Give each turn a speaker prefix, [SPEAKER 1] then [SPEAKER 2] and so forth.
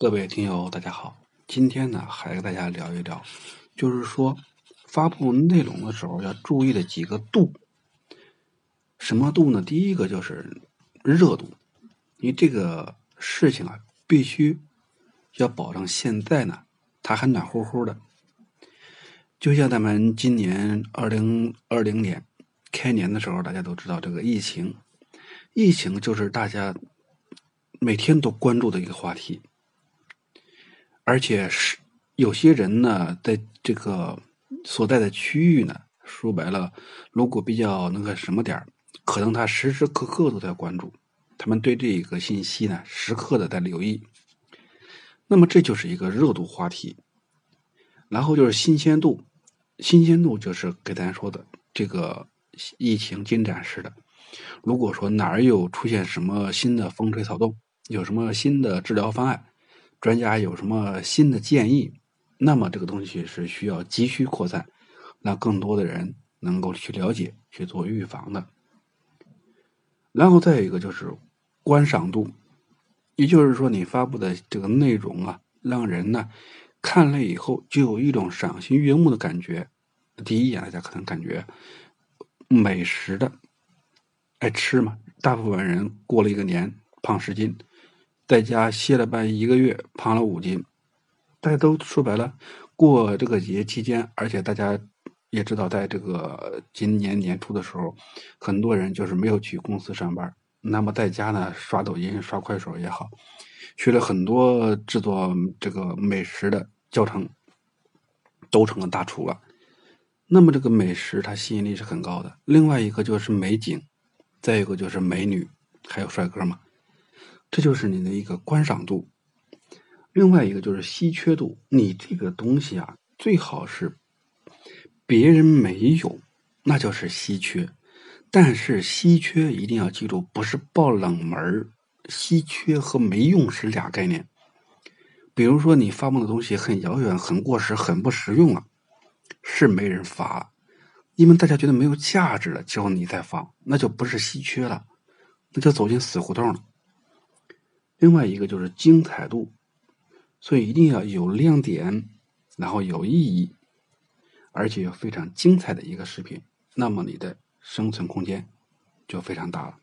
[SPEAKER 1] 各位听友大家好，今天呢还跟大家聊一聊，就是说发布内容的时候要注意的几个度。什么度呢？第一个就是热度，因为这个事情啊必须要保证现在呢它还暖乎乎的。就像咱们今年2020年开年的时候，大家都知道这个疫情就是大家每天都关注的一个话题。而且是有些人呢，在这个所在的区域呢，说白了，如果比较那个什么点儿，可能他时时刻刻都在关注，他们对这个信息呢，时刻的在留意。那么这就是一个热度话题。然后就是新鲜度，新鲜度就是给咱说的这个疫情进展式的。如果说哪儿有出现什么新的风吹草动，有什么新的治疗方案，专家有什么新的建议，那么这个东西是需要急需扩散，让更多的人能够去了解，去做预防的。然后再有一个就是观赏度，也就是说你发布的这个内容啊，让人呢看了以后就有一种赏心悦目的感觉。第一眼大家可能感觉美食的爱吃嘛，大部分人过了一个年胖10斤，在家歇了半1个月胖了5斤。大家都说白了，过这个节期间，而且大家也知道，在这个今年年初的时候，很多人就是没有去公司上班，那么在家呢刷抖音、刷快手也好，学了很多制作这个美食的教程，都成了大厨了。那么这个美食它吸引力是很高的。另外一个就是美景，再一个就是美女，还有帅哥嘛，这就是你的一个观赏度。另外一个就是稀缺度，你这个东西啊，最好是别人没有，那就是稀缺。但是稀缺一定要记住，不是爆冷门，稀缺和没用是俩概念。比如说你发布的东西很遥远、很过时、很不实用了，是没人发了，因为大家觉得没有价值了，之后你再发，那就不是稀缺了，那就走进死胡同了。另外一个就是精彩度，所以一定要有亮点，然后有意义，而且非常精彩的一个视频，那么你的生存空间就非常大了。